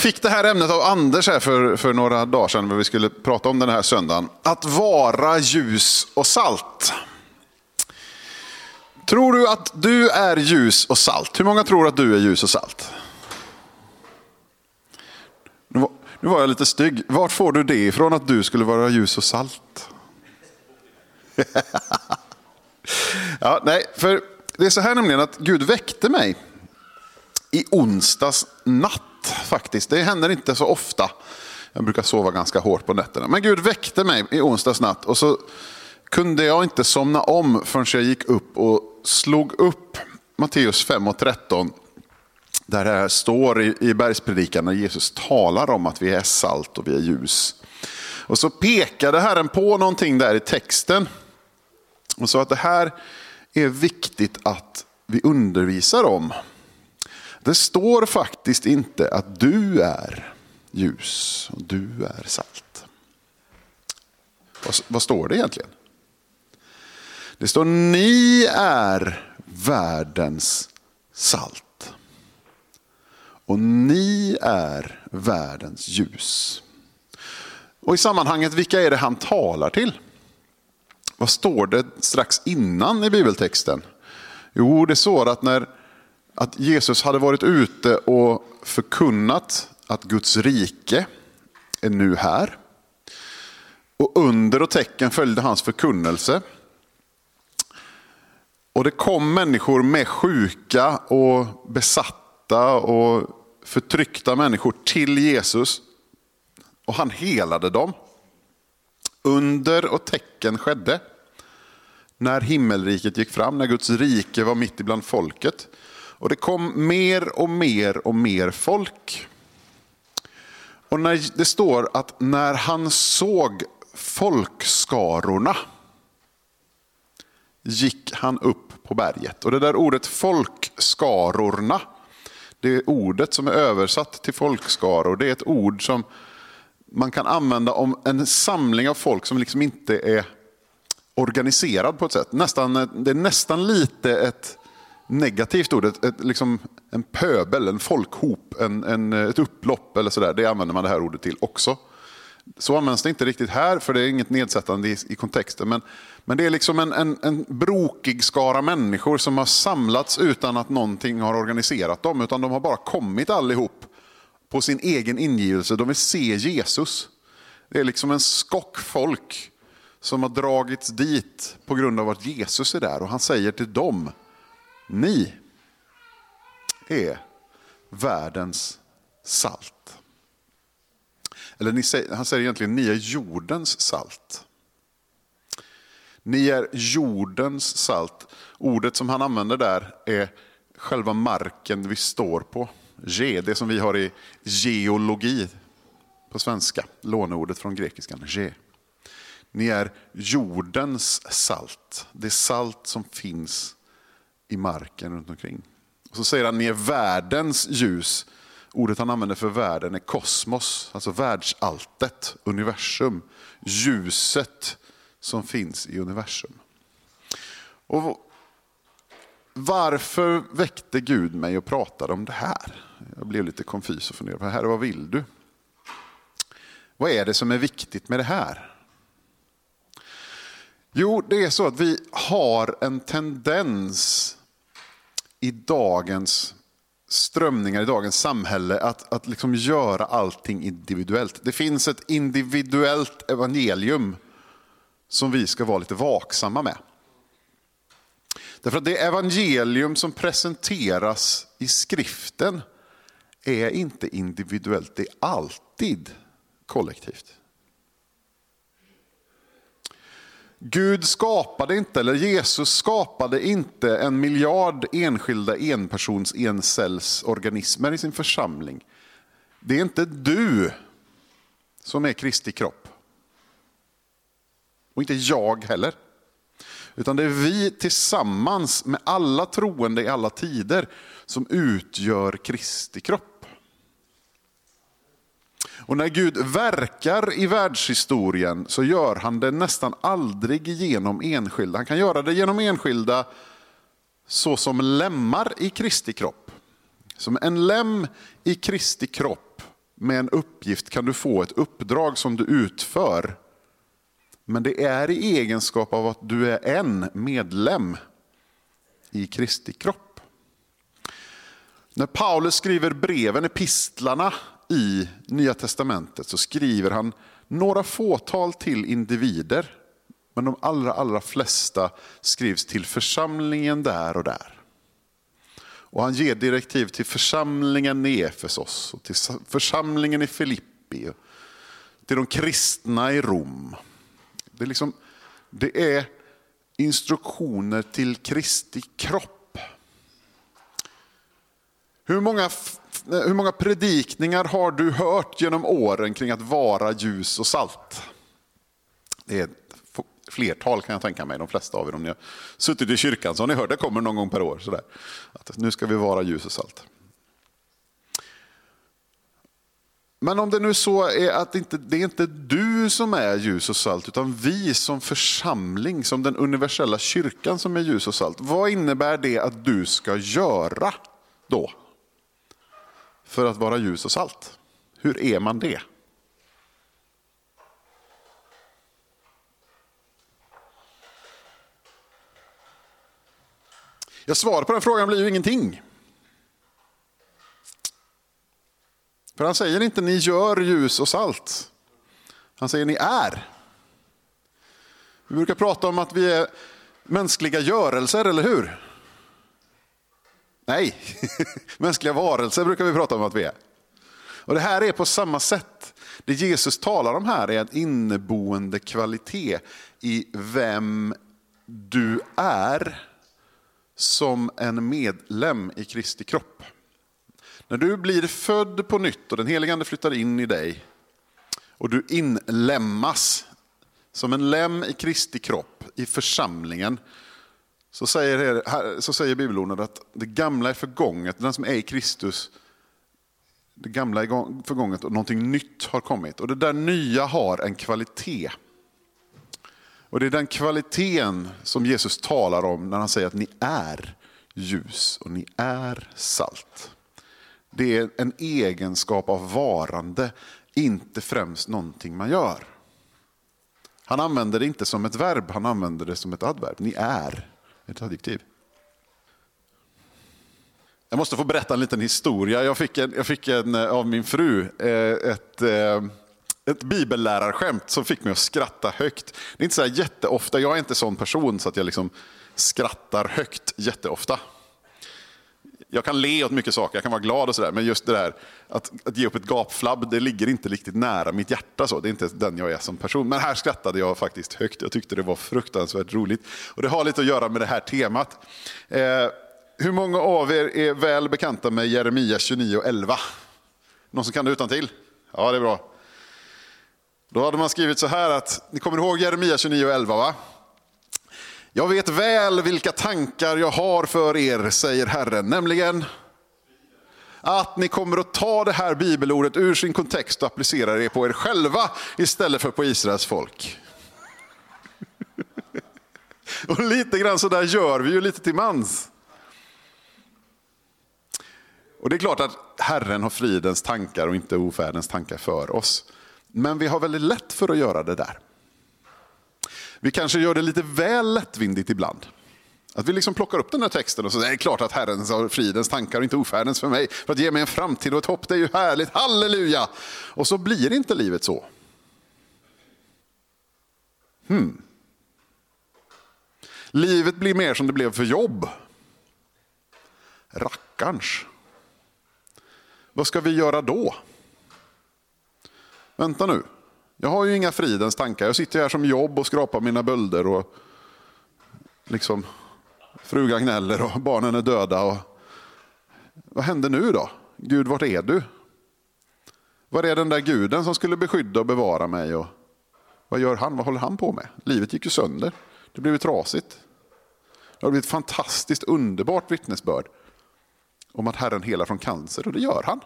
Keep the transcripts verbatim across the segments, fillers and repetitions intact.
fick det här ämnet av Anders här för, för några dagar sedan när vi skulle prata om den här söndagen. Att vara ljus och salt. Tror du att du är ljus och salt? Hur många tror att du är ljus och salt? Nu var, nu var jag lite stygg. Vart får du det ifrån att du skulle vara ljus och salt? Ja, nej, för det är så här nämligen att Gud väckte mig i onsdags natt faktiskt. Det händer inte så ofta. Jag brukar sova ganska hårt på nätterna. Men Gud väckte mig i onsdags natt och så kunde jag inte somna om förrän jag gick upp och slog upp Matteus fem och tretton. Där det här står i, i bergspredikan när Jesus talar om att vi är salt och vi är ljus. Och så pekade Herren på någonting där i texten. Och sa att det här är viktigt att vi undervisar om. Det står faktiskt inte att du är ljus och du är salt. Vad, vad står det egentligen? Det står ni är världens salt. Och ni är världens ljus. Och i sammanhanget, vilka är det han talar till? Vad står det strax innan i bibeltexten? Jo, det står att när att Jesus hade varit ute och förkunnat att Guds rike är nu här. Och under och tecken följde hans förkunnelse. Och det kom människor med sjuka och besatta och förtryckta människor till Jesus. Och han helade dem. Under och tecken skedde. När himmelriket gick fram, när Guds rike var mitt ibland folket. Och det kom mer och mer och mer folk. Och när det står att när han såg folkskarorna gick han upp på berget. Och det där ordet folkskarorna, det är ordet som är översatt till folkskaror. Det är ett ord som man kan använda om en samling av folk som liksom inte är organiserad på ett sätt. Nästan, det är nästan lite ett negativt ord, ett, ett, liksom en pöbel, en folkhop, en, en, ett upplopp eller sådär. Det använder man det här ordet till också. Så används det inte riktigt här, för det är inget nedsättande i, i kontexten. Men, men det är liksom en, en, en brokig skara människor som har samlats utan att någonting har organiserat dem. Utan de har bara kommit allihop på sin egen ingivelse. De vill se Jesus. Det är liksom en skock folk som har dragits dit på grund av att Jesus är där. Och han säger till dem: ni är världens salt. Eller ni säger, han säger egentligen, ni är jordens salt. Ni är jordens salt. Ordet som han använder där är själva marken vi står på. Ge, det som vi har i geologi på svenska. Låneordet från grekiskan, ge. Ni är jordens salt. Det är salt som finns i marken runt omkring. Och så säger han, ni är världens ljus. Ordet han använder för världen är kosmos, alltså världsalltet, universum. Ljuset som finns i universum. Och varför väckte Gud mig och pratade om det här? Jag blev lite konfys och funderade på det här. Vad vill du? Vad är det som är viktigt med det här? Jo, det är så att vi har en tendens i dagens strömningar, i dagens samhälle att, att liksom göra allting individuellt. Det finns ett individuellt evangelium som vi ska vara lite vaksamma med. Därför att det evangelium som presenteras i skriften är inte individuellt, det är alltid kollektivt. Gud skapade inte, eller Jesus skapade inte en miljard enskilda enpersons encellsorganismer i sin församling. Det är inte du som är Kristi kropp. Och inte jag heller. Utan det är vi tillsammans med alla troende i alla tider som utgör Kristi kropp. Och när Gud verkar i världshistorien så gör han det nästan aldrig genom enskilda. Han kan göra det genom enskilda så som lemmar i Kristi kropp. Som en lem i Kristi kropp med en uppgift kan du få ett uppdrag som du utför. Men det är i egenskap av att du är en medlem i Kristi kropp. När Paulus skriver breven, epistlarna i Nya testamentet, så skriver han några fåtal till individer. Men de allra, allra flesta skrivs till församlingen där och där. Och han ger direktiv till församlingen i Efesos, och till församlingen i Filippi, till de kristna i Rom. Det är, liksom, det är instruktioner till Kristi kropp. Hur många, hur många predikningar har du hört genom åren kring att vara ljus och salt? Det är flertal kan jag tänka mig, de flesta av er om ni har suttit i kyrkan så har ni hört det kommer någon gång per år. Sådär. Att nu ska vi vara ljus och salt. Men om det nu så är att det inte, det är inte du som är ljus och salt utan vi som församling, som den universella kyrkan som är ljus och salt. Vad innebär det att du ska göra då? För att vara ljus och salt. Hur är man det? Jag svarar på den frågan blir ju ingenting. För han säger inte ni gör ljus och salt. Han säger ni är. Vi brukar prata om att vi är mänskliga görelser, eller hur? Nej, mänskliga varelser brukar vi prata om att vi är. Och det här är på samma sätt. Det Jesus talar om här är en inneboende kvalitet i vem du är som en medlem i Kristi kropp. När du blir född på nytt och den helige Ande flyttar in i dig och du inlämmas som en lem i Kristi kropp i församlingen, så säger, så säger bibelordet att det gamla är förgånget, den som är i Kristus, det gamla är förgånget och någonting nytt har kommit. Och det där nya har en kvalitet. Och det är den kvaliteten som Jesus talar om när han säger att ni är ljus och ni är salt. Det är en egenskap av varande, inte främst någonting man gör. Han använder det inte som ett verb, han använder det som ett adverb. Ni är ett adjektiv. Jag måste få berätta en liten historia. Jag fick, en, jag fick en, av min fru ett, ett bibellärarskämt som fick mig att skratta högt. Det är inte så här jätteofta, jag är inte sån person så att jag liksom skrattar högt jätteofta. Jag kan le åt mycket saker, jag kan vara glad och sådär. Men just det där att, att ge upp ett gapflabb, det ligger inte riktigt nära mitt hjärta. Så. Det är inte den jag är som person. Men här skrattade jag faktiskt högt. Jag tyckte det var fruktansvärt roligt. Och det har lite att göra med det här temat. Eh, hur många av er är väl bekanta med Jeremia tjugonio och elva? Någon som kan det utan till? Ja, det är bra. Då hade man skrivit så här att, ni kommer ihåg Jeremia tjugonio och elva, va? Jag vet väl vilka tankar jag har för er, säger Herren, nämligen att ni kommer att ta det här bibelordet ur sin kontext och applicera det på er själva istället för på Israels folk. Och lite grann så där gör vi ju lite till mans. Och det är klart att Herren har fridens tankar och inte ofärdens tankar för oss. Men vi har väldigt lätt för att göra det där. Vi kanske gör det lite väl lättvindigt ibland. Att vi liksom plockar upp den här texten och så säger det är klart att Herren har fridens tankar och inte ofärdens för mig. För att ge mig en framtid och ett hopp, det är ju härligt, halleluja! Och så blir inte livet så. Hmm. Livet blir mer som det blev för jobb. Rackarns. Vad ska vi göra då? Vänta nu. Jag har ju inga fridens tankar. Jag sitter här som jobb och skrapar mina bölder och liksom frugan gnäller och barnen är döda. Och vad händer nu då? Gud, vart är du? Var är den där guden som skulle beskydda och bevara mig? Och vad gör han? Vad håller han på med? Livet gick ju sönder. Det blev ju trasigt. Det har blivit ett fantastiskt underbart vittnesbörd om att Herren helar från cancer, och det gör han.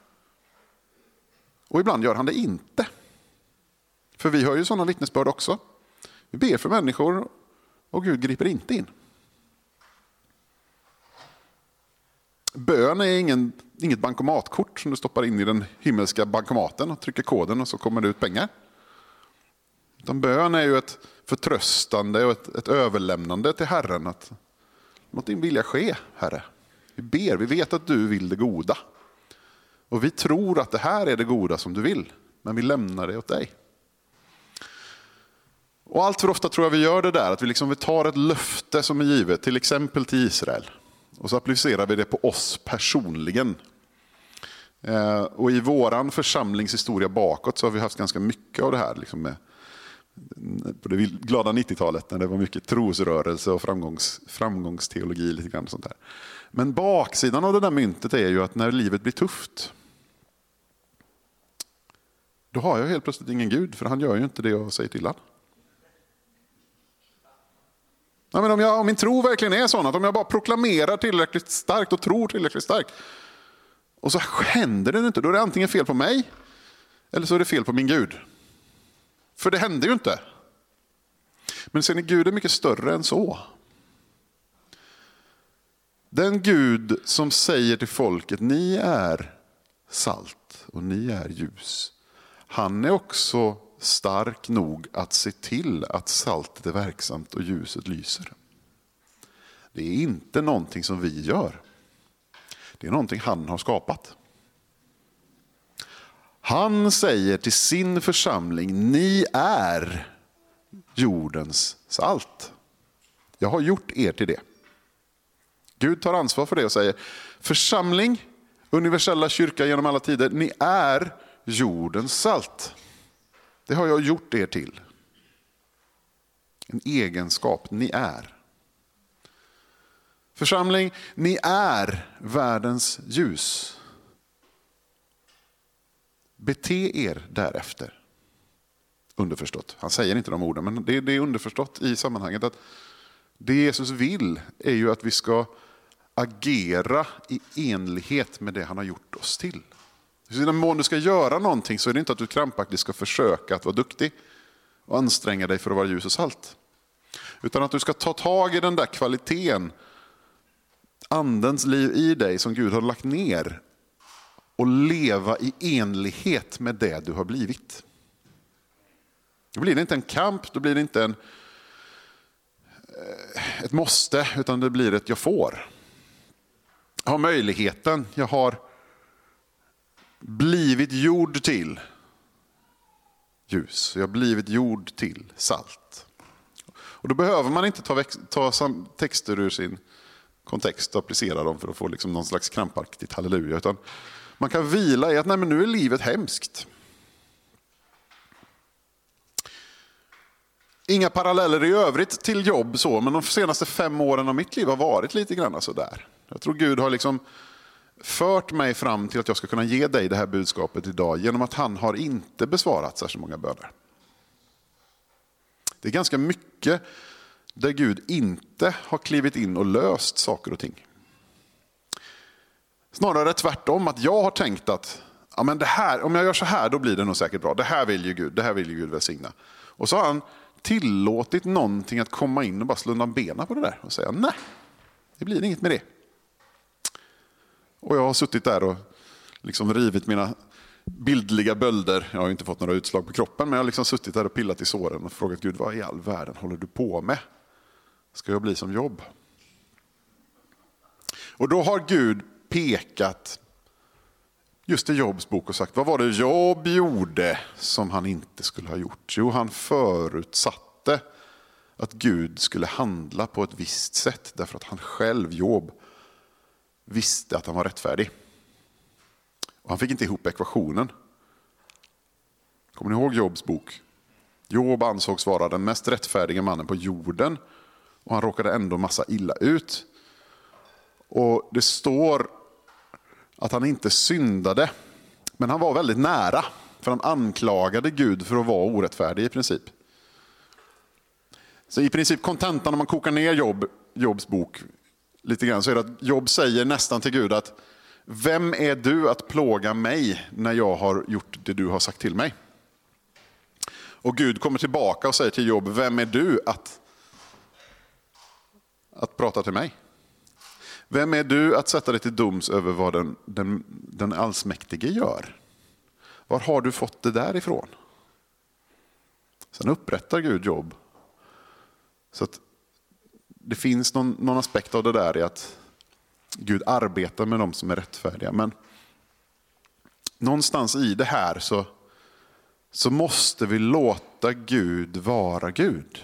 Och ibland gör han det inte. För vi har ju sådana vittnesbörd också. Vi ber för människor och Gud griper inte in. Bön är ingen, inget bankomatkort som du stoppar in i den himmelska bankomaten och trycker koden och så kommer det ut pengar. Utan bön är ju ett förtröstande och ett, ett överlämnande till Herren. Att låt din vilja ske, Herre. Vi ber, vi vet att du vill det goda. Och vi tror att det här är det goda som du vill. Men vi lämnar det åt dig. Och allt för ofta tror jag vi gör det där. Att vi, liksom, vi tar ett löfte som är givet. Till exempel till Israel. Och så applicerar vi det på oss personligen. Eh, och i våran församlingshistoria bakåt så har vi haft ganska mycket av det här. Liksom med, på det glada nittiotalet när det var mycket trosrörelse och framgångs, framgångsteologi. Lite grann sånt där. Men baksidan av det där myntet är ju att när livet blir tufft. Då har jag helt plötsligt ingen Gud. För han gör ju inte det jag säger till han. Ja, men om, jag, om min tro verkligen är sån att om jag bara proklamerar tillräckligt starkt och tror tillräckligt starkt och så händer det inte, då är det antingen fel på mig eller så är det fel på min Gud. För det händer ju inte. Men sen är Gud är mycket större än så. Den Gud som säger till folket, ni är salt och ni är ljus. Han är också stark nog att se till att saltet är verksamt och ljuset lyser. Det är inte någonting som vi gör. Det är någonting han har skapat. Han säger till sin församling, ni är jordens salt. Jag har gjort er till det. Gud tar ansvar för det och säger, församling, universella kyrka genom alla tider, ni är jordens salt. Det har jag gjort er till. En egenskap, ni är. Församling, ni är världens ljus. Bete er därefter. Underförstått. Han säger inte de orden, men det, det är underförstått i sammanhanget att det Jesus vill är ju att vi ska agera i enlighet med det han har gjort oss till. Så i den mån du ska göra någonting så är det inte att du krampaktigt ska försöka att vara duktig och anstränga dig för att vara ljus och salt. Utan att du ska ta tag i den där kvaliteten, andens liv i dig som Gud har lagt ner och leva i enlighet med det du har blivit. Då blir det inte en kamp, då blir det inte en, ett måste, utan det blir ett jag får. Jag har möjligheten, jag har blivit jord till ljus. Jag har blivit jord till salt. Och då behöver man inte ta, ta texter ur sin kontext och applicera dem för att få liksom någon slags krampaktigt halleluja. Utan man kan vila i att nej, men nu är livet hemskt. Inga paralleller i övrigt till jobb så, men de senaste fem åren av mitt liv har varit lite grann så där. Jag tror Gud har liksom fört mig fram till att jag ska kunna ge dig det här budskapet idag genom att han har inte besvarat särskilt många böner. Det är ganska mycket där Gud inte har klivit in och löst saker och ting. Snarare tvärtom, att jag har tänkt att ja, men det här, om jag gör så här då blir det nog säkert bra. Det här vill ju Gud, det här vill ju Gud välsigna. Och så har han tillåtit någonting att komma in och bara slå undan benen på det där och säga nej, det blir inget med det. Och jag har suttit där och liksom rivit mina bildliga bölder. Jag har inte fått några utslag på kroppen, men jag har liksom suttit där och pillat i såren och frågat Gud, vad i all världen håller du på med? Ska jag bli som Jobb? Och då har Gud pekat just i Jobs bok och sagt, vad var det Jobb gjorde som han inte skulle ha gjort? Jo, han förutsatte att Gud skulle handla på ett visst sätt därför att han själv, Jobb, visste att han var rättfärdig. Och han fick inte ihop ekvationen. Kommer ni ihåg Jobs bok? Job ansågs vara den mest rättfärdiga mannen på jorden. Och han råkade ändå massa illa ut. Och det står att han inte syndade. Men han var väldigt nära. För han anklagade Gud för att vara orättfärdig i princip. Så i princip kontentan när man kokar ner Job, Jobs bok lite grann så är det att Job säger nästan till Gud att vem är du att plåga mig när jag har gjort det du har sagt till mig? Och Gud kommer tillbaka och säger till Job, vem är du att, att prata till mig? Vem är du att sätta dig till doms över vad den, den, den allsmäktige gör? Var har du fått det där ifrån? Sen upprättar Gud jobb. Så att det finns någon, någon aspekt av det där i att Gud arbetar med dem som är rättfärdiga. Men någonstans i det här så, så måste vi låta Gud vara Gud.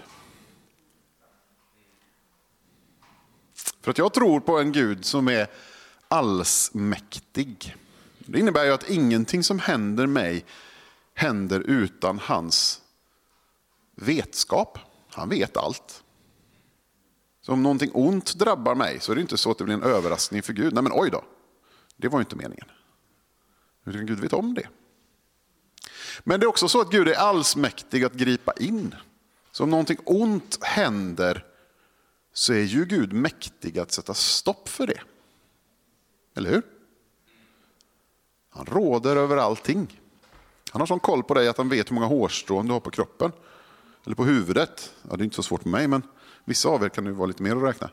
För att jag tror på en Gud som är allsmäktig. Det innebär ju att ingenting som händer mig händer utan hans vetskap. Han vet allt. Så om någonting ont drabbar mig så är det inte så att det blir en överraskning för Gud. Nej men oj då, det var ju inte meningen. Utan Gud vet om det. Men det är också så att Gud är allsmäktig att gripa in. Så om någonting ont händer så är ju Gud mäktig att sätta stopp för det. Eller hur? Han råder över allting. Han har sån koll på dig att han vet hur många hårstrån du har på kroppen. Eller på huvudet. Ja, det är inte så svårt för mig, men vissa av er kan ju vara lite mer att räkna.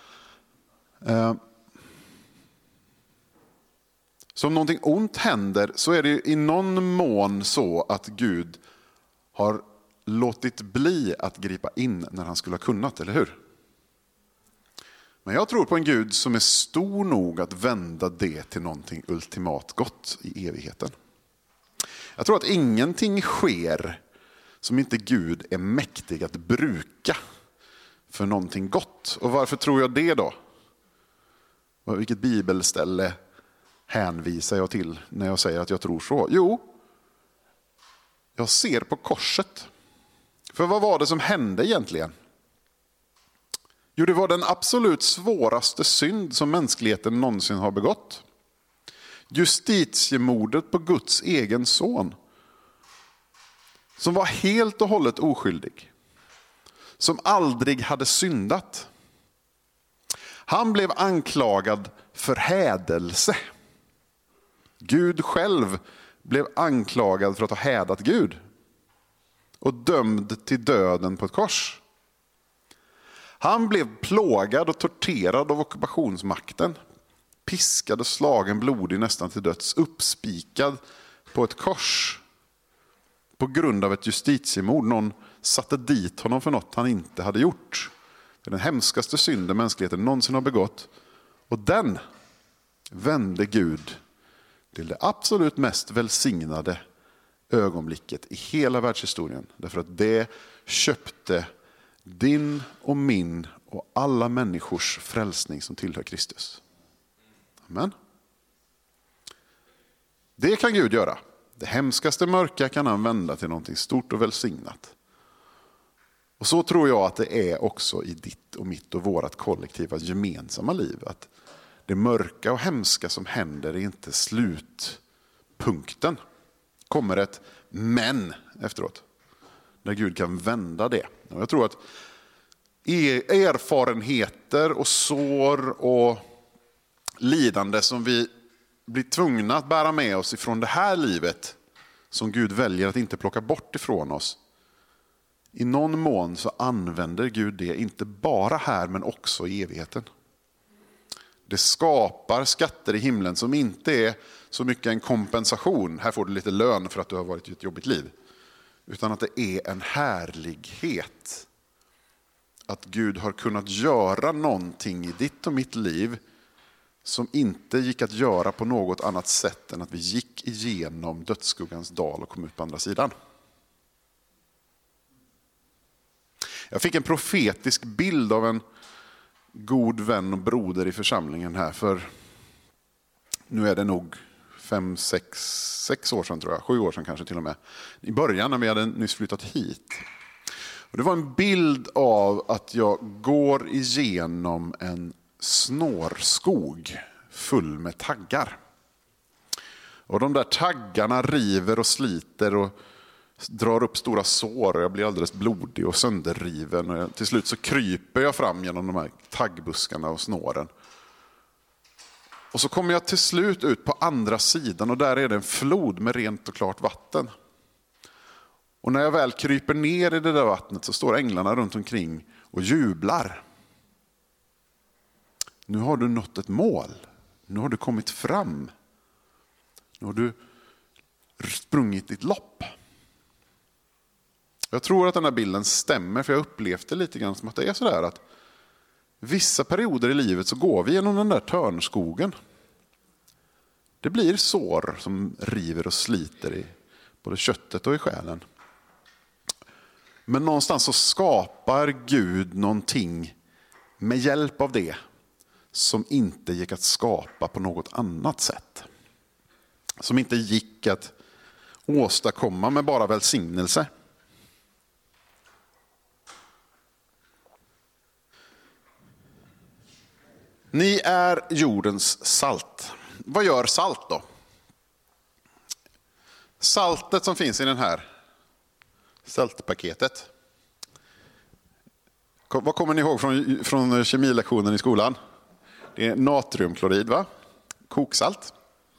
Så om någonting ont händer så är det i någon mån så att Gud har låtit bli att gripa in när han skulle ha kunnat, eller hur? Men jag tror på en Gud som är stor nog att vända det till någonting ultimat gott i evigheten. Jag tror att ingenting sker som inte Gud är mäktig att bruka för någonting gott. Och varför tror jag det då? Vilket bibelställe hänvisar jag till när jag säger att jag tror så? Jo, jag ser på korset. För vad var det som hände egentligen? Jo, det var den absolut svåraste synd som mänskligheten någonsin har begått. Justitiemordet på Guds egen son. Som var helt och hållet oskyldig. Som aldrig hade syndat. Han blev anklagad för hädelse. Gud själv blev anklagad för att ha hädat Gud. Och dömd till döden på ett kors. Han blev plågad och torterad av ockupationsmakten. Piskad och slagen blodig nästan till döds. Uppspikad på ett kors. På grund av ett justitiemord. Någon satte dit honom för något han inte hade gjort. Det är den hemskaste synden mänskligheten någonsin har begått. Och den vände Gud till det absolut mest välsignade ögonblicket i hela världshistorien. Därför att det köpte din och min och alla människors frälsning som tillhör Kristus. Amen. Det kan Gud göra. Det hemskaste mörka kan han vända till någonting stort och välsignat. Och så tror jag att det är också i ditt och mitt och vårat kollektiva gemensamma liv. Att det mörka och hemska som händer är inte slutpunkten. Kommer ett men efteråt. Där Gud kan vända det. Och jag tror att erfarenheter och sår och lidande som vi blir tvungna att bära med oss ifrån det här livet, som Gud väljer att inte plocka bort ifrån oss. I någon mån så använder Gud det inte bara här men också i evigheten. Det skapar skatter i himlen som inte är så mycket en kompensation. Här får du lite lön för att du har varit i ett jobbigt liv. Utan att det är en härlighet. Att Gud har kunnat göra någonting i ditt och mitt liv som inte gick att göra på något annat sätt än att vi gick igenom dödsskuggans dal och kom ut på andra sidan. Jag fick en profetisk bild av en god vän och broder i församlingen här för nu är det nog fem, sex, sex år sedan tror jag, sju år sedan kanske till och med. I början när vi hade nyss flyttat hit. Och det var en bild av att jag går igenom en snårskog full med taggar. Och de där taggarna river och sliter och drar upp stora sår och jag blir alldeles blodig och sönderriven. Och till slut så kryper jag fram genom de här taggbuskarna och snåren. Och så kommer jag till slut ut på andra sidan och där är det en flod med rent och klart vatten. Och när jag väl kryper ner i det där vattnet så står änglarna runt omkring och jublar. Nu har du nått ett mål. Nu har du kommit fram. Nu har du sprungit ditt lopp. Jag tror att den här bilden stämmer, för jag upplevde lite grann som att det är sådär att vissa perioder i livet så går vi genom den där törnskogen. Det blir sår som river och sliter i både köttet och i själen. Men någonstans så skapar Gud någonting med hjälp av det som inte gick att skapa på något annat sätt. Som inte gick att åstadkomma med bara välsignelse. Ni är jordens salt. Vad gör salt då? Saltet som finns i den här saltpaketet. Vad kommer ni ihåg från, från kemilektionen i skolan? Det är natriumklorid, va? Koksalt.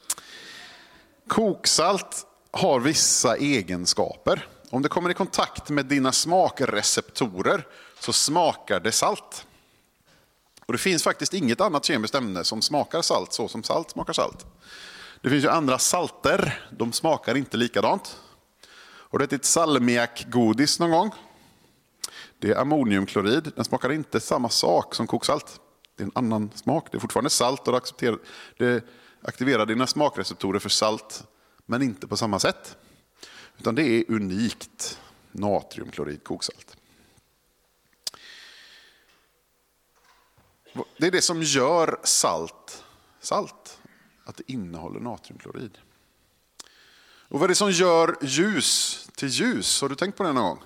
Koksalt har vissa egenskaper. Om det kommer i kontakt med dina smakreceptorer så smakar det salt. Och det finns faktiskt inget annat kemiskt ämne som smakar salt så som salt smakar salt. Det finns ju andra salter, de smakar inte likadant. Har du ätit salmiakgodis någon gång? Det är ammoniumklorid, den smakar inte samma sak som koksalt. Det är en annan smak, det är fortfarande salt och det accepterar, det aktiverar dina smakreceptorer för salt, men inte på samma sätt. Utan det är unikt natriumklorid, koksalt. Det är det som gör salt salt, att det innehåller natriumklorid. Och vad är det som gör ljus till ljus? Har du tänkt på det någon gång?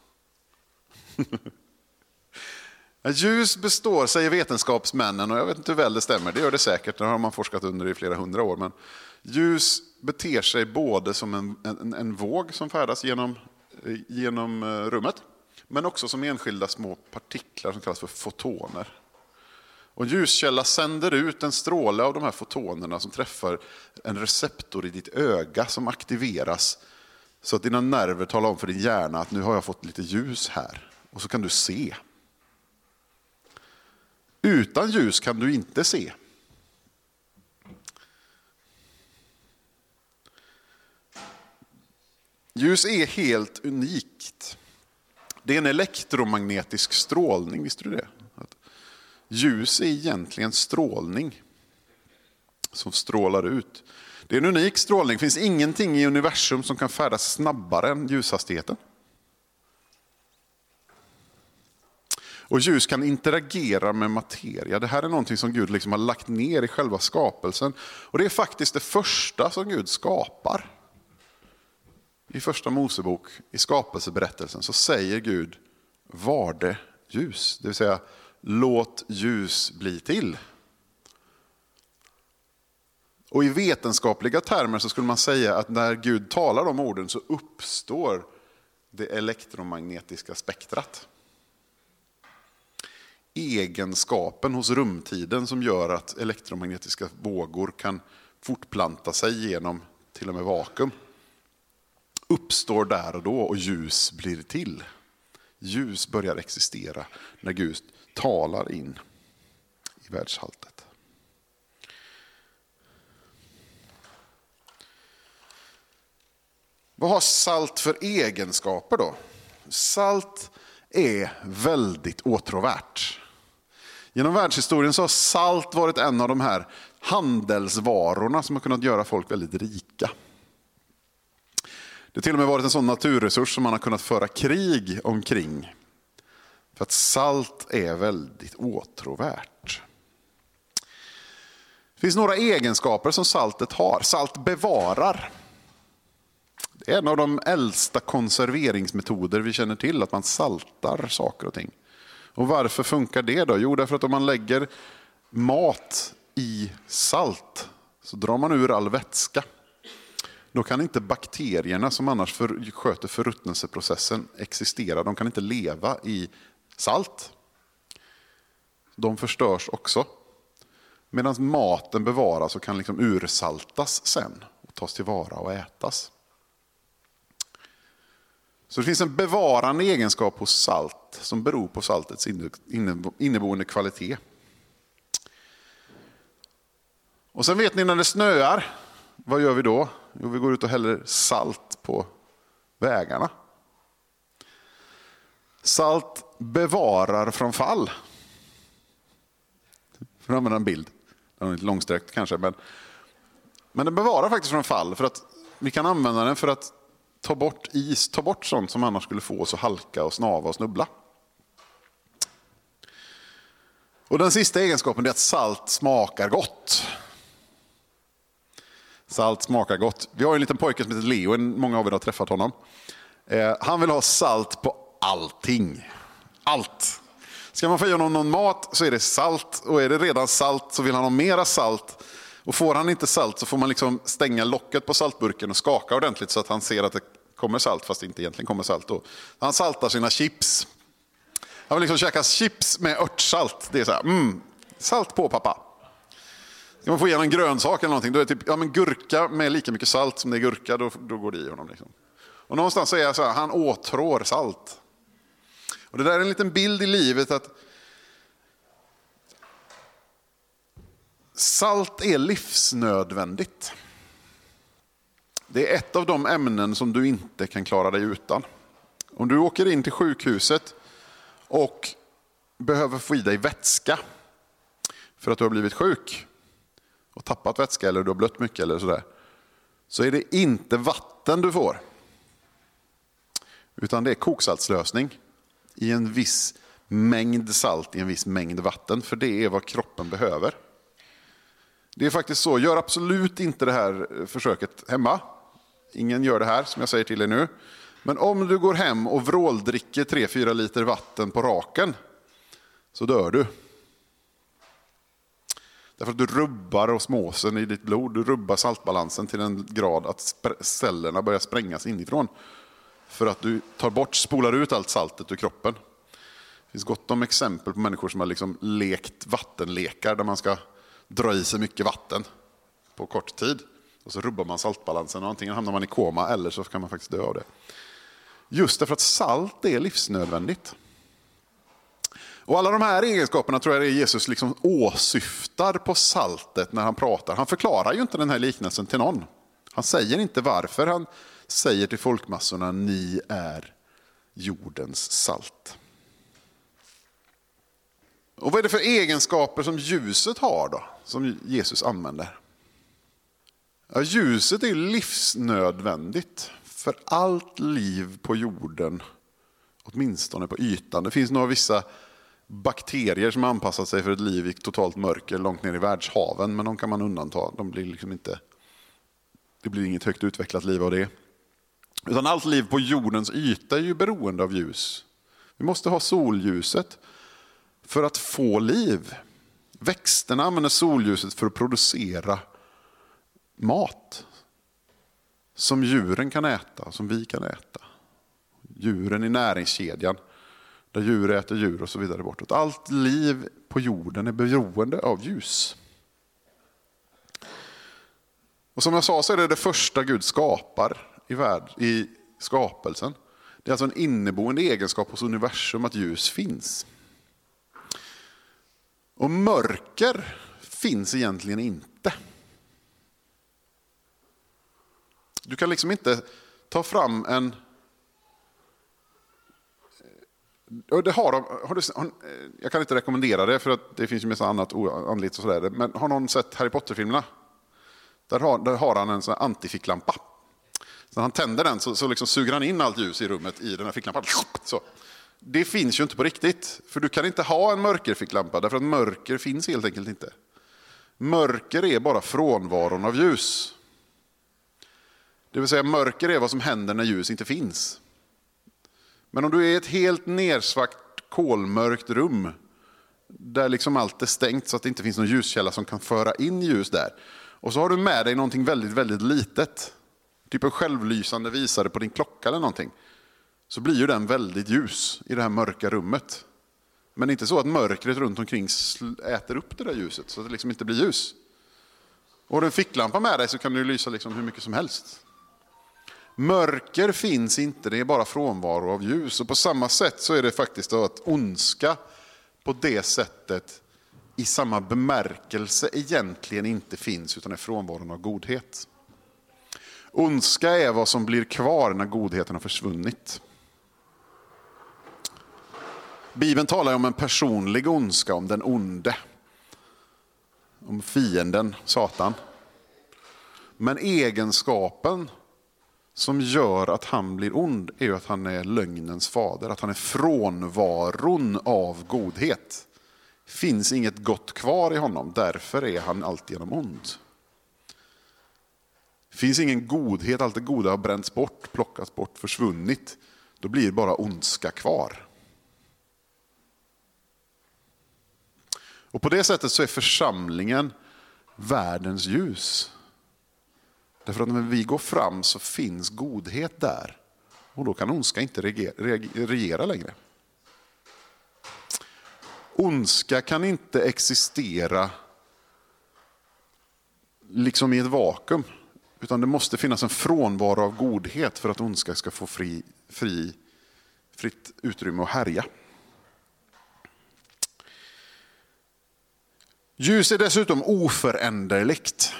Ljus består, säger vetenskapsmännen, och jag vet inte hur väl det stämmer, det gör det säkert, det har man forskat under i flera hundra år, men ljus beter sig både som en, en, en våg som färdas genom, genom rummet, men också som enskilda små partiklar som kallas för fotoner. Och en ljuskälla sänder ut en stråle av de här fotonerna som träffar en receptor i ditt öga som aktiveras så att dina nerver talar om för din hjärna att nu har jag fått lite ljus här. Och så kan du se. Utan ljus kan du inte se. Ljus är helt unikt. Det är en elektromagnetisk strålning, visste du det? Ljus är egentligen strålning som strålar ut. Det är en unik strålning. Det finns ingenting i universum som kan färdas snabbare än ljushastigheten. Och ljus kan interagera med materia. Det här är någonting som Gud liksom har lagt ner i själva skapelsen. Och det är faktiskt det första som Gud skapar. I första Mosebok, i skapelseberättelsen, så säger Gud, var det ljus? Det vill säga, låt ljus bli till. Och i vetenskapliga termer så skulle man säga att när Gud talar de orden så uppstår det elektromagnetiska spektrat. Egenskapen hos rumtiden som gör att elektromagnetiska vågor kan fortplanta sig genom till och med vakuum uppstår där och då och ljus blir till. Ljus börjar existera när Gud talar in i världshaltet. Vad har salt för egenskaper då? Salt är väldigt åtråvärt. Genom världshistorien så har salt varit en av de här handelsvarorna som har kunnat göra folk väldigt rika. Det har till och med varit en sån naturresurs som man har kunnat föra krig omkring. För att salt är väldigt åtråvärt. Det finns några egenskaper som saltet har. Salt bevarar. Det är en av de äldsta konserveringsmetoder vi känner till, att man saltar saker och ting. Och varför funkar det då? Jo, därför att om man lägger mat i salt så drar man ur all vätska. Då kan inte bakterierna som annars för, sköter förruttnelseprocessen existera. De kan inte leva i salt. De förstörs också. Medan maten bevaras och kan liksom ursaltas sen och tas tillvara och ätas. Så det finns en bevarande egenskap hos salt som beror på saltets inneboende kvalitet. Och sen vet ni när det snöar, vad gör vi då? Jo, vi går ut och häller salt på vägarna. Salt bevarar från fall. För att använda en bild. Den är lite långsträckt kanske. Men, men den bevarar faktiskt från fall. För att vi kan använda den för att ta bort is. Ta bort sånt som annars skulle få oss att halka och snava och snubbla. Och den sista egenskapen är att salt smakar gott. Salt smakar gott. Vi har en liten pojke som heter Leo. Många av er har träffat honom. Eh, han vill ha salt på allting. Allt. Ska man få ge honom någon mat så är det salt. Och är det redan salt så vill han ha mera salt. Och får han inte salt så får man liksom stänga locket på saltburken och skaka ordentligt så att han ser att det kommer salt fast det inte egentligen kommer salt. Då. Han saltar sina chips. Han vill liksom käka chips med örtsalt. Det är så här, mm, salt på pappa. Ska man få igen en grönsak eller någonting, då är det typ, ja men gurka med lika mycket salt som det är gurka, då, då går det i honom. Liksom. Och någonstans så är jag så här, han åtrår salt. Och det där är en liten bild i livet att salt är livsnödvändigt. Det är ett av de ämnen som du inte kan klara dig utan. Om du åker in till sjukhuset och behöver få i dig vätska för att du har blivit sjuk och tappat vätska eller du har blött mycket eller sådär, så är det inte vatten du får. Utan det är koksaltslösning i en viss mängd salt i en viss mängd vatten, för det är vad kroppen behöver. Det är faktiskt så, gör absolut inte det här försöket hemma. Ingen gör det här som jag säger till er nu. Men om du går hem och vråldricker tre fyra liter vatten på raken så dör du. Därför att du rubbar osmosen i ditt blod. Du rubbar saltbalansen till en grad att cellerna börjar sprängas inifrån. För att du tar bort, spolar ut allt saltet ur kroppen. Det finns gott om exempel på människor som har liksom lekt vattenlekar där man ska dra i sig mycket vatten på kort tid. Och så rubbar man saltbalansen och antingen hamnar man i koma eller så kan man faktiskt dö av det. Just därför att salt är livsnödvändigt. Och alla de här egenskaperna tror jag är Jesus liksom åsyftar på saltet när han pratar. Han förklarar ju inte den här liknelsen till någon. Han säger inte varför. Han säger till folkmassorna, ni är jordens salt. Och vad är det för egenskaper som ljuset har då? Som Jesus använder? Ja, ljuset är livsnödvändigt för allt liv på jorden. Åtminstone på ytan. Det finns några vissa bakterier som har anpassat sig för ett liv i totalt mörker långt ner i världshaven. Men de kan man undanta. De blir liksom inte, det blir inget högt utvecklat liv av det. Utan allt liv på jordens yta är ju beroende av ljus. Vi måste ha solljuset för att få liv. Växterna använder solljuset för att producera mat. Som djuren kan äta, som vi kan äta. Djuren i näringskedjan. Där djur äter djur och så vidare bortåt. Allt liv på jorden är beroende av ljus. Och som jag sa så är det det första Gud skapar i, värld, i skapelsen. Det är alltså en inneboende egenskap hos universum att ljus finns. Och mörker finns egentligen inte. Du kan liksom inte ta fram en... Det har de, har du, har, jag kan inte rekommendera det för att det finns ju massa annat anledning och sådär. Men har någon sett Harry Potter-filmerna? Där har, där har han en sån här antificklampa. Så när han tänder den så, så liksom suger han in allt ljus i rummet i den här ficklampan. Så. Det finns ju inte på riktigt. För du kan inte ha en mörkerficklampa därför att mörker finns helt enkelt inte. Mörker är bara frånvaron av ljus. Det vill säga mörker är vad som händer när ljus inte finns. Men om du är i ett helt nersvart kolmörkt rum där liksom allt är stängt så att det inte finns någon ljuskälla som kan föra in ljus där. Och så har du med dig någonting väldigt, väldigt litet. Typ en självlysande visare på din klocka eller någonting. Så blir ju den väldigt ljus i det här mörka rummet. Men inte så att mörkret runt omkring äter upp det där ljuset så att det liksom inte blir ljus. Och har du en ficklampa med dig så kan du lysa liksom hur mycket som helst. Mörker finns inte, det är bara frånvaro av ljus. Och på samma sätt så är det faktiskt att ondska på det sättet i samma bemärkelse egentligen inte finns utan är frånvaron av godhet. Ondska är vad som blir kvar när godheten har försvunnit. Bibeln talar om en personlig ondska, om den onde. Om fienden, Satan. Men egenskapen som gör att han blir ond är ju att han är lögnens fader. Att han är frånvaron av godhet. Finns inget gott kvar i honom, därför är han alltigenom ond. Finns ingen godhet, allt det goda har bränts bort, plockats bort, försvunnit. Då blir bara ondska kvar. Och på det sättet så är församlingen världens ljus. Därför att när vi går fram så finns godhet där. Och då kan ondska inte regera längre. Ondska kan inte existera liksom i ett vakuum. Utan det måste finnas en frånvaro av godhet för att ondska ska få fri, fri, fritt utrymme att härja. Ljus är dessutom oföränderligt.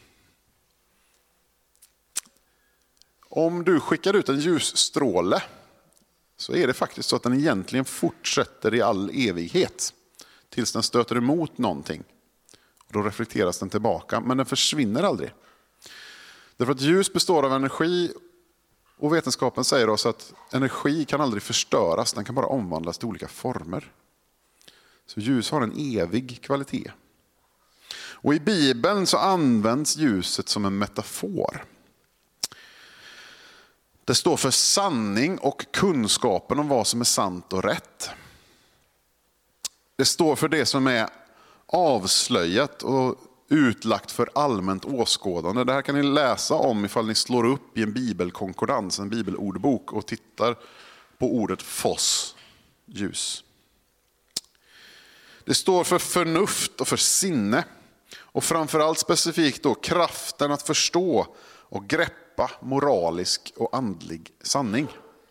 Om du skickar ut en ljusstråle så är det faktiskt så att den egentligen fortsätter i all evighet tills den stöter emot någonting. Och då reflekteras den tillbaka, men den försvinner aldrig. Därför att ljus består av energi och vetenskapen säger oss att energi kan aldrig förstöras, den kan bara omvandlas till olika former. Så ljus har en evig kvalitet. Och i Bibeln så används ljuset som en metafor. Det står för sanning och kunskapen om vad som är sant och rätt. Det står för det som är avslöjat och utlagt för allmänt åskådande. Det här kan ni läsa om ifall ni slår upp i en bibelkonkordans, en bibelordbok och tittar på ordet fos, ljus. Det står för förnuft och för sinne. Och framförallt specifikt då kraften att förstå och greppa moralisk och andlig sanning.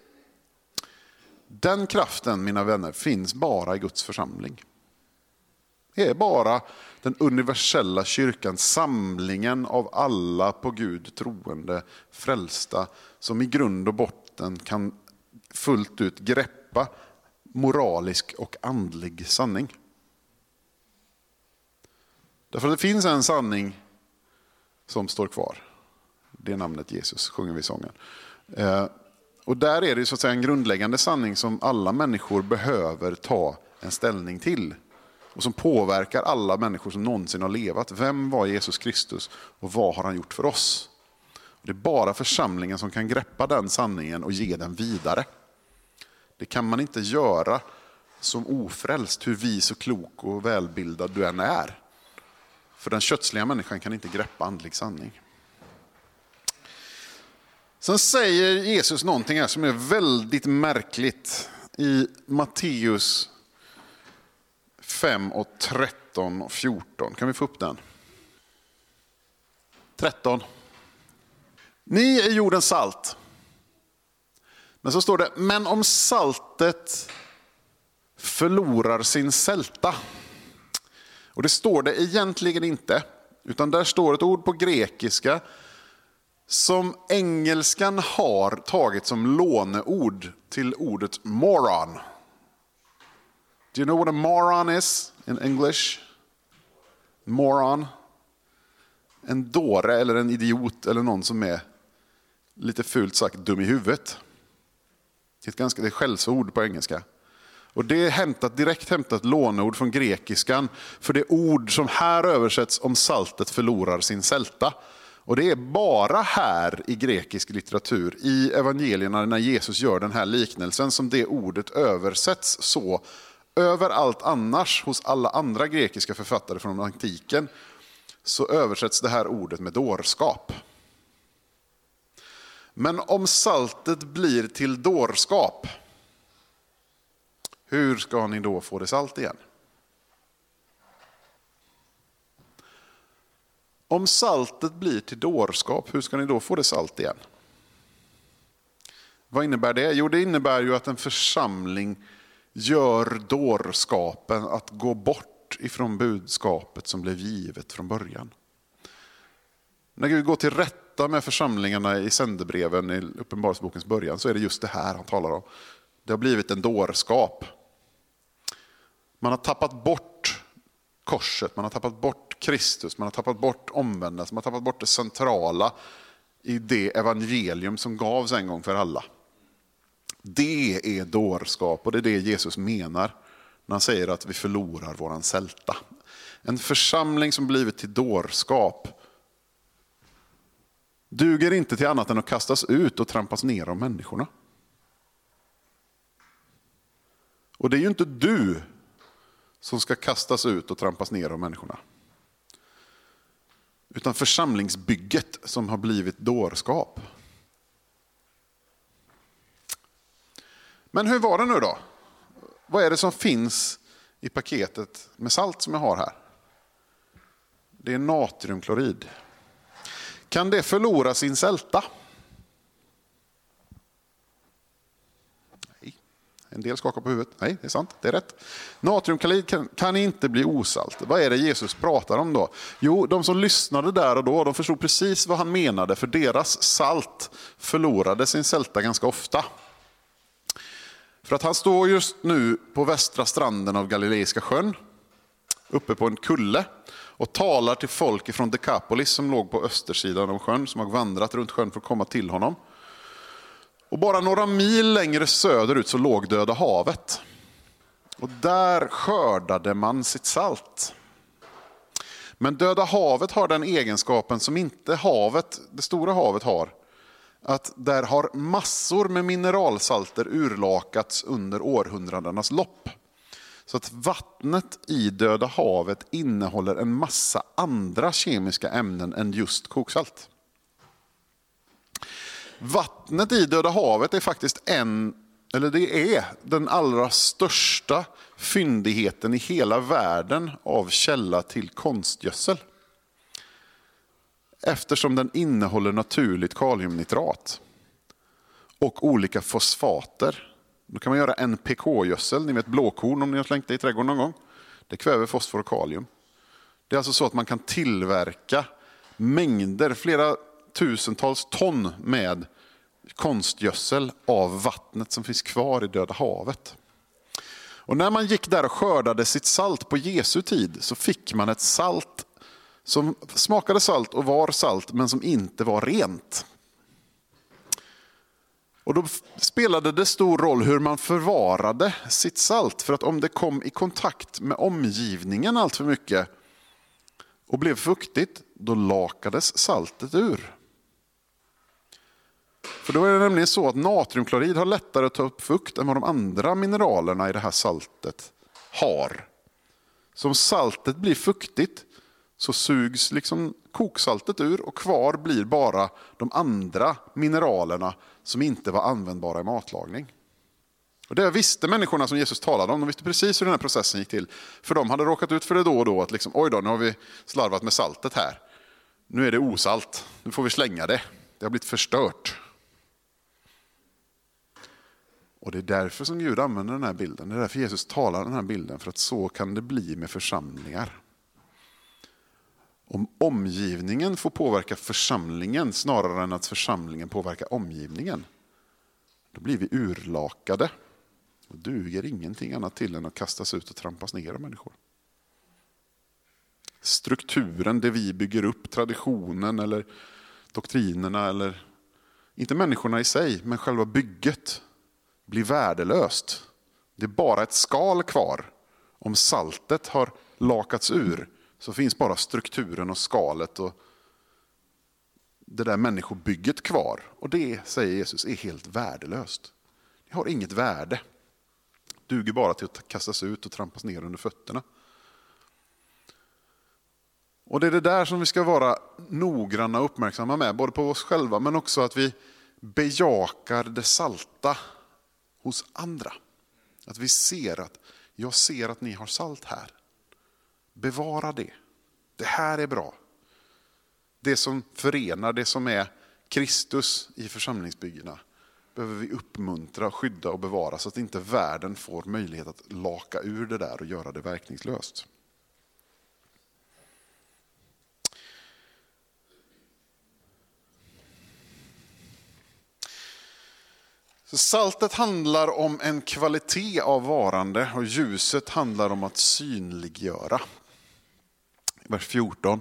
Den kraften, mina vänner, finns bara i Guds församling. Det är bara den universella kyrkan, samlingen av alla på Gud troende, frälsta, som i grund och botten kan fullt ut greppa moralisk och andlig sanning. Därför att det finns en sanning som står kvar. Det är namnet Jesus, sjunger vi i sången. Eh, och där är det så att säga en grundläggande sanning som alla människor behöver ta en ställning till. Och som påverkar alla människor som någonsin har levat. Vem var Jesus Kristus och vad har han gjort för oss? Och det är bara församlingen som kan greppa den sanningen och ge den vidare. Det kan man inte göra som ofrälst, hur vis och klok och välbildad du än är. För den kötsliga människan kan inte greppa andlig sanning. Sen säger Jesus någonting här som är väldigt märkligt i Matteus fem och tretton och fjorton. Kan vi få upp den? tretton. Ni är jordens salt. Men så står det, men om saltet förlorar sin sälta. Och det står det egentligen inte. Utan där står ett ord på grekiska som engelskan har tagit som låneord till ordet moron. Do you know what a moron is in English? Moron. En dåre eller en idiot eller någon som är lite fult sagt dum i huvudet. Det är ett ganska det är skällsord på engelska. Och det är hämtat, direkt hämtat låneord från grekiskan för det ord som här översätts om saltet förlorar sin sälta. Och det är bara här i grekisk litteratur, i evangelierna när Jesus gör den här liknelsen, som det ordet översätts så. Överallt annars hos alla andra grekiska författare från antiken så översätts det här ordet med dårskap. Men om saltet blir till dårskap, hur ska ni då få det salt igen? Om saltet blir till dårskap, hur ska ni då få det salt igen? Vad innebär det? Jo, det innebär ju att en församling gör dårskapen att gå bort bort ifrån budskapet som blev givet från början. När Gud går till rätta med församlingarna i sändebreven i Uppenbarelsebokens början så är det just det här han talar om. Det har blivit en dårskap. Man har tappat bort korset, man har tappat bort Kristus, man har tappat bort omvändelse, man har tappat bort det centrala i det evangelium som gavs en gång för alla. Det är dårskap och det är det Jesus menar när han säger att vi förlorar våran sälta. En församling som blivit till dårskap duger inte till annat än att kastas ut och trampas ner av människorna. Och det är ju inte du som ska kastas ut och trampas ner av människorna. Utan församlingsbygget som har blivit dårskap. Men hur var det nu då? Vad är det som finns i paketet med salt som jag har här? Det är natriumklorid. Kan det förlora sin sälta? Nej. En del skakar på huvudet. Nej, det är sant. Det är rätt. Natriumklorid kan, kan inte bli osalt. Vad är det Jesus pratar om då? Jo, de som lyssnade där och då, de förstod precis vad han menade. För deras salt förlorade sin sälta ganska ofta. För att han står just nu på västra stranden av Galileiska sjön. Uppe på en kulle. Och talar till folk från Dekapolis som låg på östersidan av sjön. Som har vandrat runt sjön för att komma till honom. Och bara några mil längre söderut så låg Döda havet. Och där skördade man sitt salt. Men Döda havet har den egenskapen som inte havet, det stora havet har. Att där har massor med mineralsalter urlakats under århundradenas lopp. Så att vattnet i Döda havet innehåller en massa andra kemiska ämnen än just koksalt. Vattnet i Döda havet är faktiskt en, eller det är den allra största fyndigheten i hela världen av källa till konstgödsel. Eftersom den innehåller naturligt kaliumnitrat och olika fosfater. Då kan man göra N P K-gödsel, ni vet blåkorn om ni har slängt det i trädgården någon gång. Det kväver fosfor och kalium. Det är alltså så att man kan tillverka mängder, flera tusentals ton med konstgödsel av vattnet som finns kvar i Döda havet. Och när man gick där och skördade sitt salt på Jesu tid så fick man ett salt som smakade salt och var salt men som inte var rent. Och då spelade det stor roll hur man förvarade sitt salt. För att om det kom i kontakt med omgivningen allt för mycket och blev fuktigt, då lakades saltet ur. För då är det nämligen så att natriumklorid har lättare att ta upp fukt än vad de andra mineralerna i det här saltet har. Så om saltet blir fuktigt så sugs liksom koksaltet ur och kvar blir bara de andra mineralerna som inte var användbara i matlagning. Och det visste människorna som Jesus talade om. De visste precis hur den här processen gick till. För de hade råkat ut för det då och då. Att liksom, oj då, nu har vi slarvat med saltet här. Nu är det osalt. Nu får vi slänga det. Det har blivit förstört. Och det är därför som Gud använder den här bilden. Det är därför Jesus talar den här bilden. För att så kan det bli med församlingar. Om omgivningen får påverka församlingen snarare än att församlingen påverkar omgivningen, då blir vi urlakade. Och duger ingenting annat till än att kastas ut och trampas ner av människor. Strukturen, det vi bygger upp, traditionen eller doktrinerna, eller inte människorna i sig, men själva bygget blir värdelöst. Det är bara ett skal kvar. Om saltet har lakats ur så finns bara strukturen och skalet och det där människobygget kvar. Och det, säger Jesus, är helt värdelöst. Det har inget värde. Duger bara till att kastas ut och trampas ner under fötterna. Och det är det där som vi ska vara noggranna och uppmärksamma med. Både på oss själva men också att vi bejakar det salta hos andra. Att vi ser att, jag ser att ni har salt här. Bevara det. Det här är bra. Det som förenar, det som är Kristus i församlingsbyggena, behöver vi uppmuntra, skydda och bevara så att inte världen får möjlighet att laka ur det där och göra det verkningslöst. Så saltet handlar om en kvalitet av varande och ljuset handlar om att synliggöra. Vers fjorton.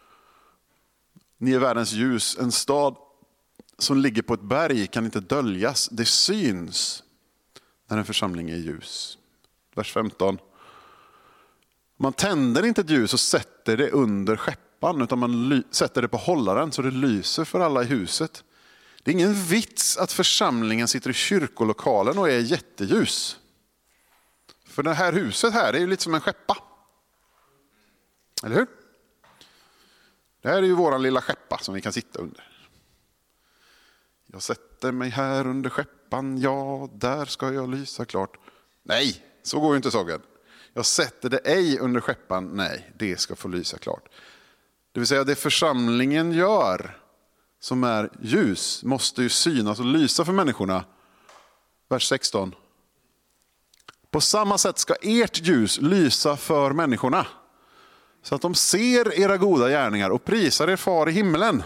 Ni är världens ljus. En stad som ligger på ett berg kan inte döljas. Det syns när en församling är ljus. Vers femton. Man tänder inte ett ljus och sätter det under skeppan, utan man ly- sätter det på hållaren så det lyser för alla i huset. Det är ingen vits att församlingen sitter i kyrkolokalen och är jätteljus. För det här huset här är ju lite som en skeppa. Eller hur? Det här är ju våran lilla skeppa som vi kan sitta under. Jag sätter mig här under skeppan, ja, där ska jag lysa klart. Nej, så går ju inte saken. Jag sätter det ej under skeppan, nej, det ska få lysa klart. Det vill säga det församlingen gör som är ljus måste ju synas och lysa för människorna. Vers sexton. På samma sätt ska ert ljus lysa för människorna, så att de ser era goda gärningar och prisar er far i himlen.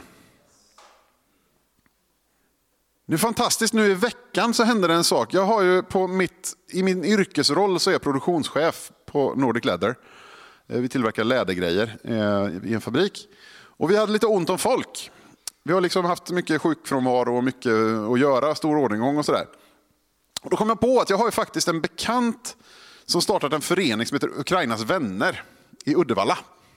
Det är fantastiskt, nu i veckan så hände det en sak. Jag har ju på mitt, i min yrkesroll så är jag produktionschef på Nordic Leather. Vi tillverkar lädergrejer i en fabrik. Och vi hade lite ont om folk. Vi har liksom haft mycket sjukfrånvaro och mycket att göra, stor ordninggång och sådär. Och då kom jag på att jag har ju faktiskt en bekant som startat en förening som heter Ukrainas vänner i Uddevalla.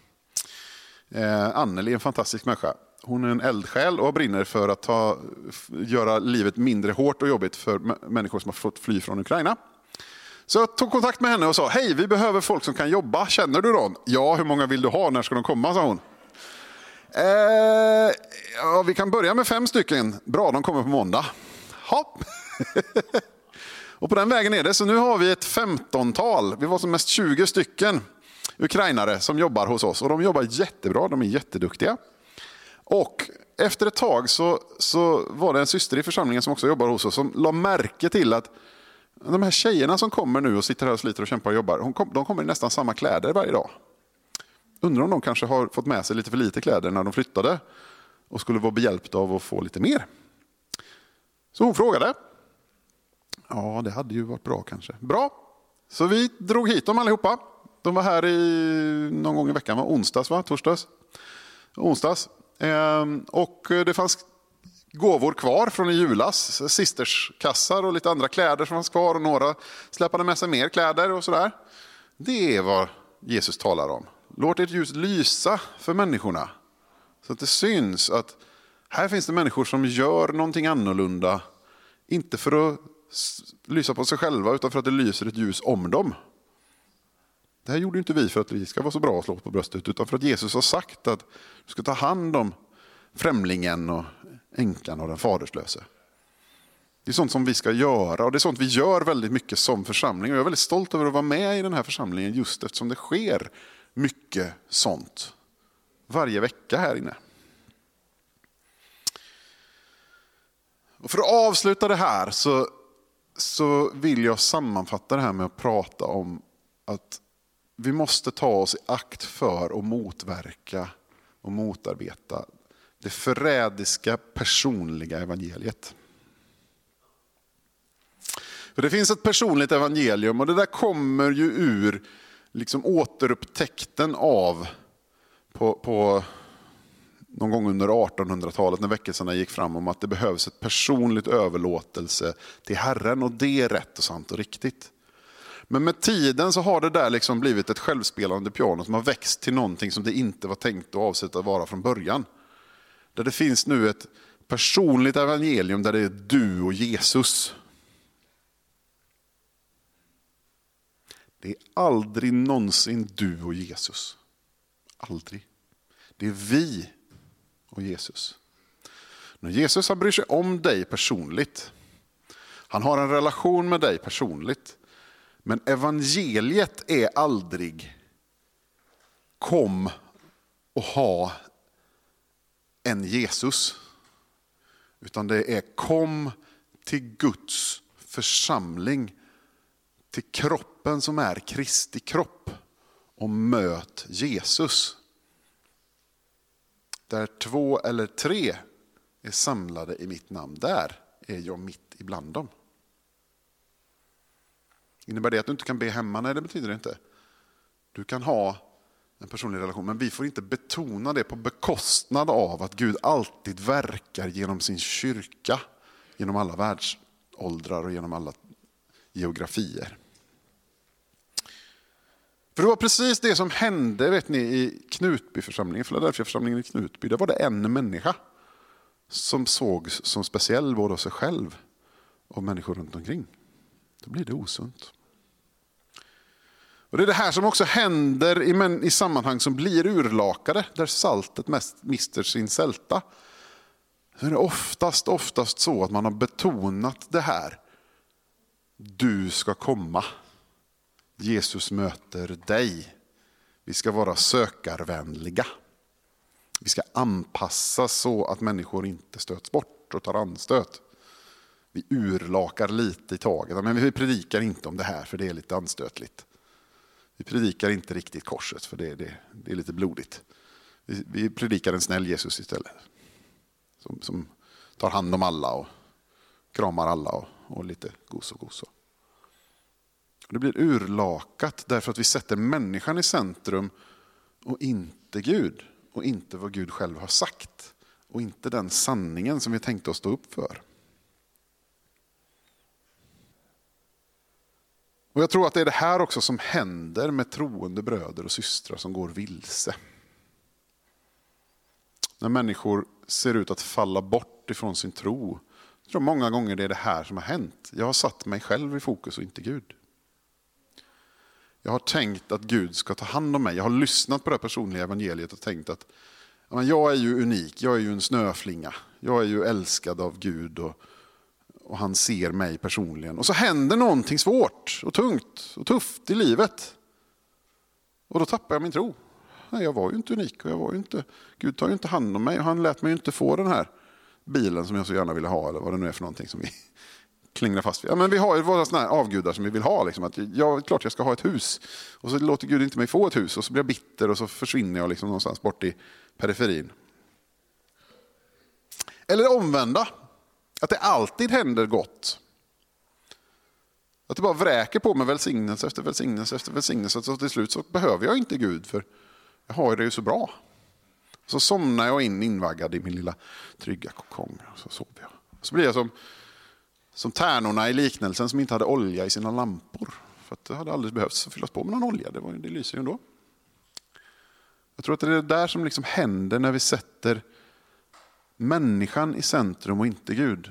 Eh, Anneli är en fantastisk människa. Hon är en eldsjäl och brinner för att ta, göra livet mindre hårt och jobbigt för m- människor som har fått fly från Ukraina. Så jag tog kontakt med henne och sa, hej, vi behöver folk som kan jobba. Känner du dem? Ja, hur många vill du ha? När ska de komma, sa hon. Eh, ja, vi kan börja med fem stycken. Bra, de kommer på måndag. Hopp. Och på den vägen är det. Så nu har vi ett femtontal. Vi var som mest tjugo stycken ukrainare som jobbar hos oss. Och de jobbar jättebra, de är jätteduktiga. Och efter ett tag så, så var det en syster i församlingen som också jobbar hos oss som la märke till att de här tjejerna som kommer nu och sitter här och sliter och kämpar och jobbar, de kommer i nästan samma kläder varje dag. Undrar om de kanske har fått med sig lite för lite kläder när de flyttade och skulle vara behjälpta av att få lite mer. Så hon frågade. Ja, det hade ju varit bra kanske. Bra. Så vi drog hit dem allihopa. De var här i någon gång i veckan, var onsdags va? Torsdags? Onsdags. Ehm, och det fanns gåvor kvar från i julas. Sisterskassar och lite andra kläder som fanns kvar. Och några släppade med sig mer kläder och sådär. Det är vad Jesus talar om. Låt ert ljus lysa för människorna. Så att det syns att här finns det människor som gör någonting annorlunda. Inte för att lysa på sig själva utan för att det lyser ett ljus om dem. Det här gjorde inte vi för att vi ska vara så bra att slå på bröstet, utan för att Jesus har sagt att du ska ta hand om främlingen och änkan och den faderslöse. Det är sånt som vi ska göra och det är sånt vi gör väldigt mycket som församling. Och jag är väldigt stolt över att vara med i den här församlingen just eftersom det sker mycket sånt varje vecka här inne. Och för att avsluta det här så, så vill jag sammanfatta det här med att prata om att vi måste ta oss i akt för att motverka och motarbeta det förrädiska personliga evangeliet. För det finns ett personligt evangelium och det där kommer ju ur liksom återupptäckten av på, på någon gång under artonhundratalet när väckelserna gick fram om att det behövs ett personligt överlåtelse till Herren, och det är rätt och sant och riktigt. Men med tiden så har det där liksom blivit ett självspelande piano som har växt till någonting som det inte var tänkt och avsett att vara från början. Där det finns nu ett personligt evangelium där det är du och Jesus. Det är aldrig någonsin du och Jesus. Aldrig. Det är vi och Jesus. När Jesus han bryr sig om dig personligt. Han har en relation med dig personligt. Men evangeliet är aldrig kom och ha en Jesus. Utan det är kom till Guds församling. Till kroppen som är Kristi kropp. Och möt Jesus. Där två eller tre är samlade i mitt namn. Där är jag mitt ibland dem. Innebär det att du inte kan be hemma? Nej, det betyder det inte. Du kan ha en personlig relation, men vi får inte betona det på bekostnad av att Gud alltid verkar genom sin kyrka, genom alla världsåldrar och genom alla geografier. För det var precis det som hände, vet ni, i Knutbyförsamlingen, Philadelphia-församlingen i Knutby. Där var det en människa som sågs som speciell både av sig själv och människor runt omkring. Då blir det osunt. Och det är det här som också händer i, men, i sammanhang som blir urlakade, där saltet mest mister sin sälta. Så är det oftast, oftast så att man har betonat det här. Du ska komma. Jesus möter dig. Vi ska vara sökarvänliga. Vi ska anpassa så att människor inte stöts bort och tar anstöt. Vi urlakar lite i taget, men vi predikar inte om det här för det är lite anstötligt. Vi predikar inte riktigt korset för det, det, det är lite blodigt. Vi, vi predikar en snäll Jesus istället. Som, som tar hand om alla och kramar alla och, och lite gos och gos. Det blir urlakat därför att vi sätter människan i centrum och inte Gud. Och inte vad Gud själv har sagt. Och inte den sanningen som vi tänkte oss stå upp för. Och jag tror att det är det här också som händer med troende bröder och systrar som går vilse. När människor ser ut att falla bort ifrån sin tro. Jag tror många gånger det är det här som har hänt. Jag har satt mig själv i fokus och inte Gud. Jag har tänkt att Gud ska ta hand om mig. Jag har lyssnat på det personliga evangeliet och tänkt att ja, men jag är ju unik. Jag är ju en snöflinga. Jag är ju älskad av Gud och, och han ser mig personligen. Och så händer någonting svårt och tungt och tufft i livet. Och då tappar jag min tro. Nej, jag var ju inte unik och jag var ju inte, Gud tar ju inte hand om mig och han lät mig ju inte få den här bilen som jag så gärna ville ha eller vad det nu är för någonting som vi klingrar fast vid. Ja, men vi har ju våra såna här avgudar som vi vill ha. Liksom, att jag, klart jag ska ha ett hus. Och så låter Gud inte mig få ett hus. Och så blir jag bitter och så försvinner jag liksom någonstans bort i periferin. Eller omvända. Att det alltid händer gott. Att det bara vräker på med välsignelse efter välsignelse efter välsignelse. Så till slut så behöver jag inte Gud för jag har det ju så bra. Så somnar jag in invaggad i min lilla trygga kokong. Och så sover jag. Så blir jag som... Som tärnorna i liknelsen som inte hade olja i sina lampor. För att det hade aldrig behövts fyllas på med någon olja. Det, var, det lyser ju ändå. Jag tror att det är det där som liksom händer när vi sätter människan i centrum och inte Gud.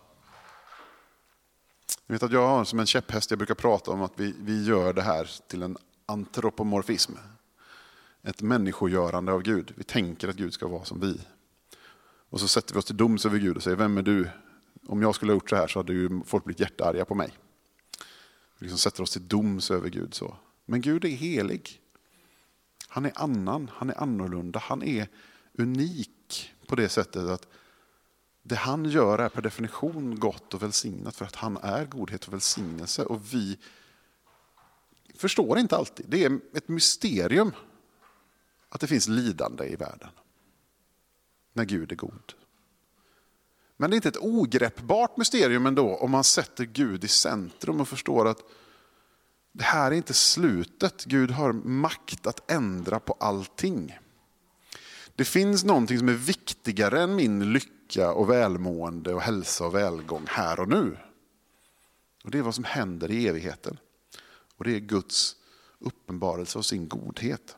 Jag vet att jag har som en käpphäst, jag brukar prata om att vi, vi gör det här till en antropomorfism. Ett människogörande av Gud. Vi tänker att Gud ska vara som vi. Och så sätter vi oss till doms över Gud och säger, vem är du? Om jag skulle ha gjort så här så hade ju folk blivit jättearga på mig. Vi liksom sätter oss till doms över Gud så. Men Gud är helig. Han är annan, han är annorlunda. Han är unik på det sättet att det han gör är per definition gott och välsignat för att han är godhet och välsignelse. Och vi förstår inte alltid. Det är ett mysterium att det finns lidande i världen. När Gud är god. Men det är inte ett ogreppbart mysterium ändå om man sätter Gud i centrum och förstår att det här är inte slutet. Gud har makt att ändra på allting. Det finns någonting som är viktigare än min lycka och välmående och hälsa och välgång här och nu. Och det är vad som händer i evigheten. Och det är Guds uppenbarelse och sin godhet.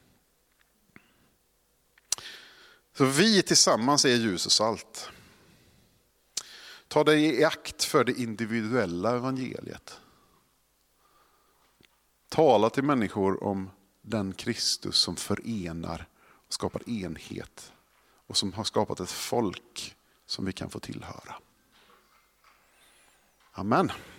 Så vi tillsammans är ljus och salt. Ta dig i akt för det individuella evangeliet. Tala till människor om den Kristus som förenar och skapar enhet. Och som har skapat ett folk som vi kan få tillhöra. Amen.